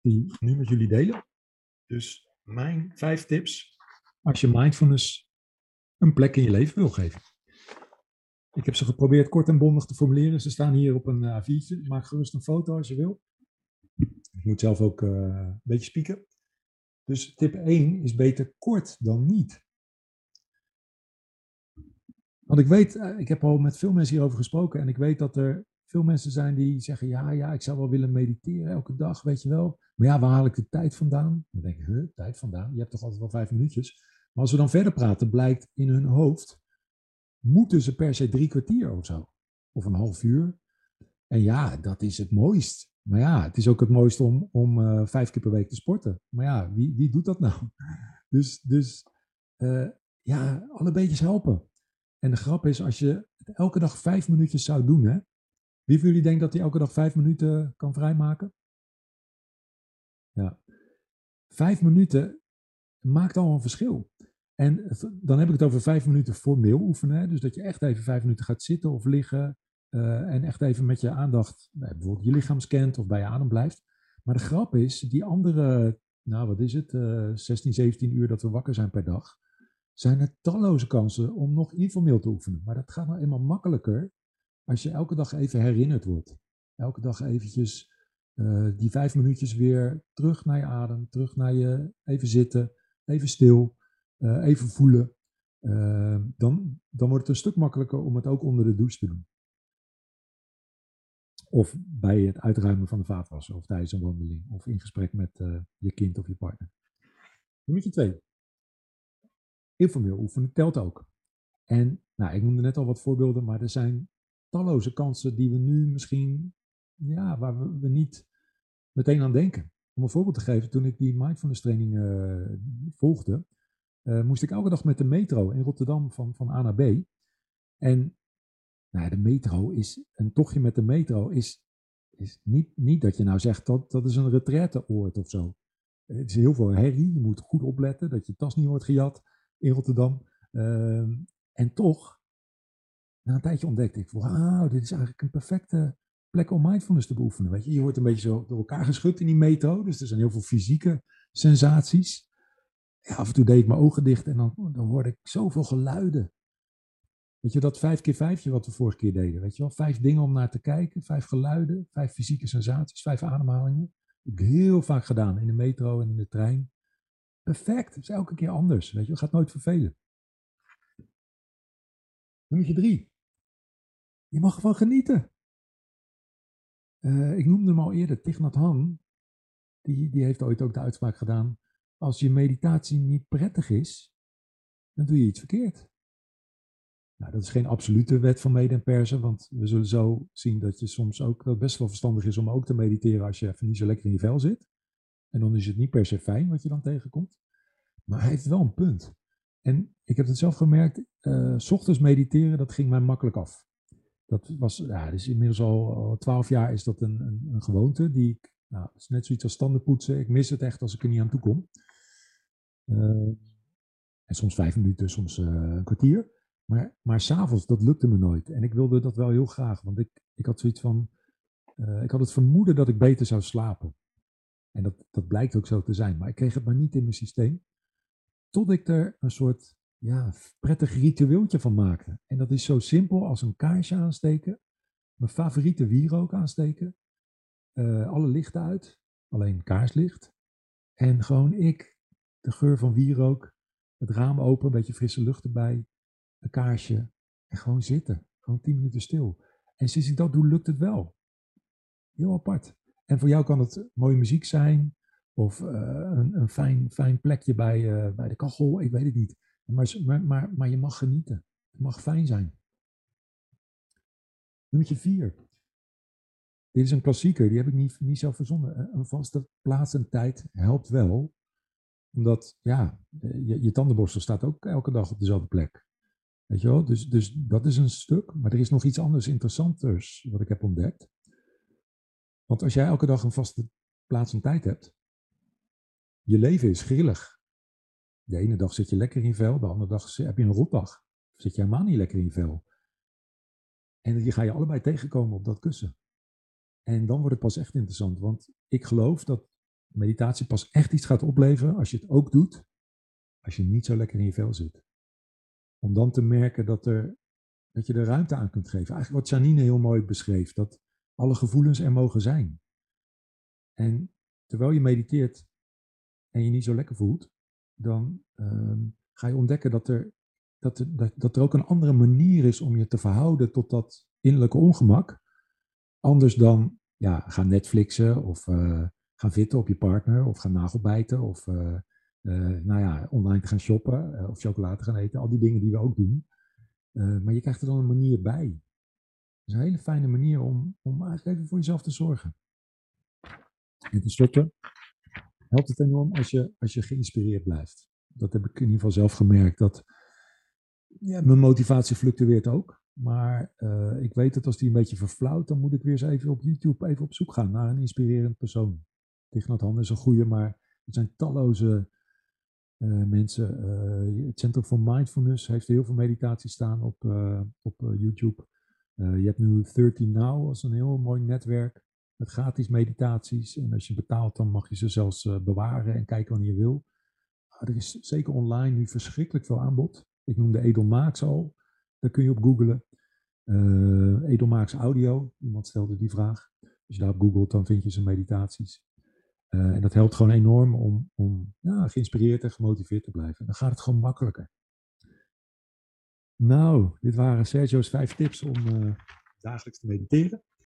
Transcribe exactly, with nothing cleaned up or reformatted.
die nu met jullie delen. Dus mijn vijf tips als je mindfulness een plek in je leven wil geven. Ik heb ze geprobeerd kort en bondig te formuleren. Ze staan hier op een A viertje. Maak gerust een foto als je wil. Ik moet zelf ook uh, een beetje spieken. Dus tip één is beter kort dan niet. Want ik weet, ik heb al met veel mensen hierover gesproken en ik weet dat er veel mensen zijn die zeggen, ja, ja, ik zou wel willen mediteren elke dag, weet je wel. Maar ja, waar haal ik de tijd vandaan? Dan denk ik, huh, tijd vandaan? Je hebt toch altijd wel vijf minuutjes? Maar als we dan verder praten, blijkt in hun hoofd, moeten ze per se drie kwartier of zo. Of een half uur. En ja, dat is het mooist. Maar ja, het is ook het mooiste om, om uh, vijf keer per week te sporten. Maar ja, wie, wie doet dat nou? Dus, dus uh, ja, alle beetjes helpen. En de grap is, als je het elke dag vijf minuutjes zou doen, hè? Wie van jullie denkt dat hij elke dag vijf minuten kan vrijmaken? Ja. Vijf minuten maakt al een verschil. En dan heb ik het over vijf minuten formeel oefenen. Hè? Dus dat je echt even vijf minuten gaat zitten of liggen. Uh, en echt even met je aandacht nou, bijvoorbeeld je lichaam scant of bij je adem blijft. Maar de grap is, die andere, nou wat is het, uh, zestien, zeventien uur dat we wakker zijn per dag, zijn er talloze kansen om nog informeel te oefenen. Maar dat gaat nou eenmaal makkelijker als je elke dag even herinnerd wordt. Elke dag eventjes uh, die vijf minuutjes weer terug naar je adem, terug naar je even zitten, even stil, uh, even voelen. Uh, dan, dan wordt het een stuk makkelijker om het ook onder de douche te doen. Of bij het uitruimen van de vaatwasser, of tijdens een wandeling, of in gesprek met uh, je kind of je partner. Nummer twee. Informeel oefenen telt ook. En nou, ik noemde net al wat voorbeelden, maar er zijn talloze kansen die we nu misschien, ja, waar we, we niet meteen aan denken. Om een voorbeeld te geven, toen ik die mindfulness training uh, volgde, uh, moest ik elke dag met de metro in Rotterdam van, van A naar B. En nou, de metro is, een tochtje met de metro is, is niet, niet dat je nou zegt, dat, dat is een retraiteoord of zo. Het is heel veel herrie, je moet goed opletten dat je tas niet wordt gejat in Rotterdam. Uh, en toch, na een tijdje ontdekte ik, wauw, dit is eigenlijk een perfecte plek om mindfulness te beoefenen. Weet je? Je wordt een beetje zo door elkaar geschud in die metro, dus er zijn heel veel fysieke sensaties. Ja, af en toe deed ik mijn ogen dicht en dan, dan hoorde ik zoveel geluiden. Weet je, dat vijf keer vijfje wat we vorige keer deden, weet je wel? Vijf dingen om naar te kijken, vijf geluiden, vijf fysieke sensaties, vijf ademhalingen. Dat heb ik heel vaak gedaan in de metro en in de trein. Perfect, het is elke keer anders, weet je, het gaat nooit vervelen. Nummer drie. Je mag ervan genieten. Uh, ik noemde hem al eerder, Thich Nhat Hanh, die, die heeft ooit ook de uitspraak gedaan, als je meditatie niet prettig is, dan doe je iets verkeerd. Nou, dat is geen absolute wet van mede en persen, want we zullen zo zien dat je soms ook, dat het best wel verstandig is om ook te mediteren als je even niet zo lekker in je vel zit. En dan is het niet per se fijn wat je dan tegenkomt. Maar hij heeft wel een punt. En ik heb het zelf gemerkt, uh, 's ochtends mediteren, dat ging mij makkelijk af. Dat was, ja, dus inmiddels al twaalf jaar is dat een, een, een gewoonte die ik, nou, het is net zoiets als tandenpoetsen. Ik mis het echt als ik er niet aan toe kom. Uh, en soms vijf minuten, soms uh, een kwartier. Maar, maar 's avonds, dat lukte me nooit. En ik wilde dat wel heel graag, want ik, ik had zoiets van, uh, ik had het vermoeden dat ik beter zou slapen. En dat, dat blijkt ook zo te zijn. Maar ik kreeg het maar niet in mijn systeem. Tot ik er een soort, ja, prettig ritueeltje van maakte. En dat is zo simpel als een kaarsje aansteken. Mijn favoriete wierook aansteken. Uh, alle lichten uit. Alleen kaarslicht. En gewoon ik, de geur van wierook. Het raam open, een beetje frisse lucht erbij. Een kaarsje. En gewoon zitten. Gewoon tien minuten stil. En sinds ik dat doe, lukt het wel. Heel apart. En voor jou kan het mooie muziek zijn. Of uh, een, een fijn, fijn plekje bij, uh, bij de kachel. Ik weet het niet. Maar, maar, maar, maar je mag genieten. Het mag fijn zijn. Nummer vier. Dit is een klassieker. Die heb ik niet, niet zelf verzonnen. Een vaste plaats en tijd helpt wel. Omdat, ja, je, je tandenborstel staat ook elke dag op dezelfde plek. Weet je wel? Dus, dus dat is een stuk. Maar er is nog iets anders interessanters wat ik heb ontdekt. Want als jij elke dag een vaste plaats en tijd hebt, je leven is grillig. De ene dag zit je lekker in je vel, de andere dag heb je een rotdag. Zit je helemaal niet lekker in je vel. En die ga je allebei tegenkomen op dat kussen. En dan wordt het pas echt interessant, want ik geloof dat meditatie pas echt iets gaat opleveren als je het ook doet als je niet zo lekker in je vel zit. Om dan te merken dat, er, dat je er ruimte aan kunt geven. Eigenlijk wat Janine heel mooi beschreef, dat alle gevoelens er mogen zijn. En terwijl je mediteert en je niet zo lekker voelt, dan um, ga je ontdekken dat er, dat, er, dat, dat er ook een andere manier is om je te verhouden tot dat innerlijke ongemak. Anders dan ja, gaan Netflixen of uh, gaan vitten op je partner of gaan nagelbijten of uh, uh, nou ja, online te gaan shoppen uh, of chocolade gaan eten. Al die dingen die we ook doen. Uh, maar je krijgt er dan een manier bij. Het is een hele fijne manier om, om eigenlijk even voor jezelf te zorgen. En tenslotte helpt het enorm als je, als je geïnspireerd blijft. Dat heb ik in ieder geval zelf gemerkt. Dat, ja, mijn motivatie fluctueert ook. Maar uh, ik weet dat als die een beetje verflauwt, dan moet ik weer eens even op YouTube even op zoek gaan naar een inspirerend persoon. Thich Nhat Hanh is een goede, maar er zijn talloze uh, mensen. Uh, het Centrum for Mindfulness heeft heel veel meditaties staan op, uh, op uh, YouTube. Uh, je hebt nu dertien Now als een heel mooi netwerk met gratis meditaties. En als je betaalt, dan mag je ze zelfs uh, bewaren en kijken wanneer je wil. Uh, er is zeker online nu verschrikkelijk veel aanbod. Ik noemde Edelmaaks al. Daar kun je op googlen. Uh, Edelmaaks Audio. Iemand stelde die vraag. Als je daarop googelt, dan vind je zijn meditaties. Uh, en dat helpt gewoon enorm om, om ja, geïnspireerd en gemotiveerd te blijven. Dan gaat het gewoon makkelijker. Nou, dit waren Sergio's vijf tips om uh, dagelijks te mediteren.